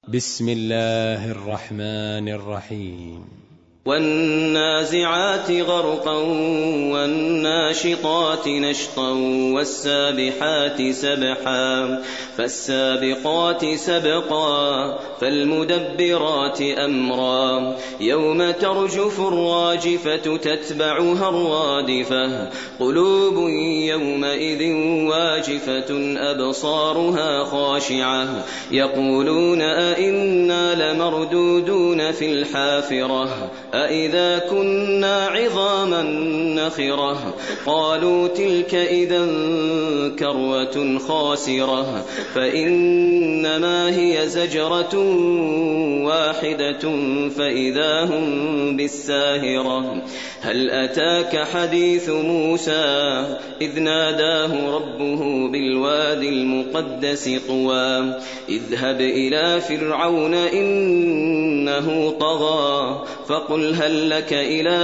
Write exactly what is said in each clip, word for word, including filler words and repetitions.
بسم الله الرحمن الرحيم. والنازعات غرقا والناشطات نشطا والسابحات سبحا فالسابقات سبقا فالمدبرات أمرا يوم ترجف الراجفة تتبعها الرادفة قلوب يومئذ واجفة أبصارها خاشعة يقولون أئنا لمردودون في الحافرة أئذا كنا عظاما نخرة قالوا تلك إذا كروة خاسرة فإنما هي زجرة واحدة فإذا هم بالساهرة هل أتاك حديث موسى إذ ناداه ربه بالوادي المقدس طوى اذهب إلى فرعون إنه طغى فقل هل لك إلى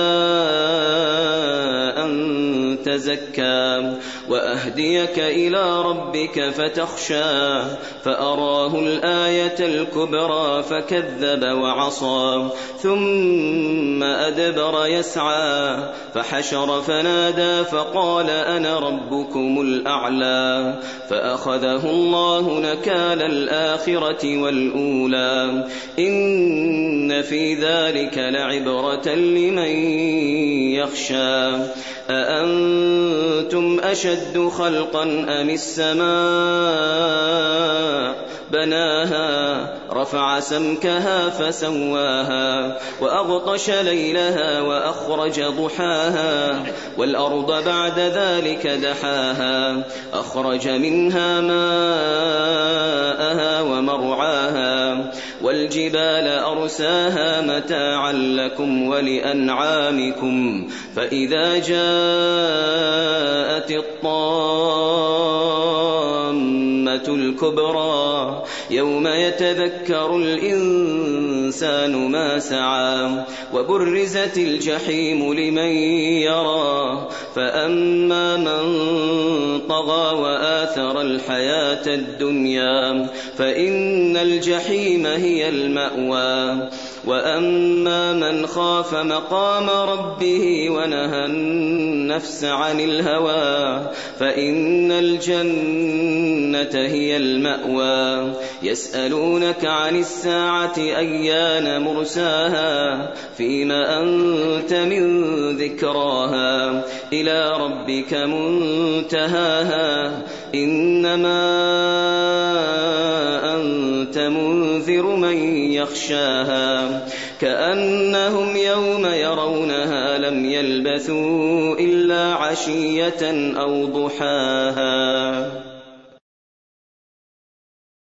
أن تزكى وأهديك إلى ربك فتخشى فأراه الآية الكبرى فكذب وعصى ثم أدبر يسعى فحشر فنادى فقال أنا ربكم الأعلى فأخذه الله نكال الآخرة والأولى إن في ذلك لعبرة لمن يخشى أأنتم أشد خلقا أم السماء بناها رفع سمكها فسواها وأغطش ليلها وأخرج ضحاها والأرض بعد ذلك دحاها أخرج منها ماءها ومرعاها والجبال أرساها متاعا لكم ولأنعامكم فإذا جاءت الطامة الكبرى يوم يتذكر الإنسان ما سعى وبرزت الجحيم لمن يرى فأما من طغى وآثر الحياة الدنيا فإن الجحيم هي المأوى وأما من خاف مقام ربه ونهى النفس عن الهوى فإن الجنة هي المأوى يسألونك عن الساعة أيان مرساها فيما أنت من ذكراها إلى ربك منتهاها إنما أنت منذر من يخشاها كأنهم يوم يرونها لم يلبثوا إلا عشية أو ضحاها.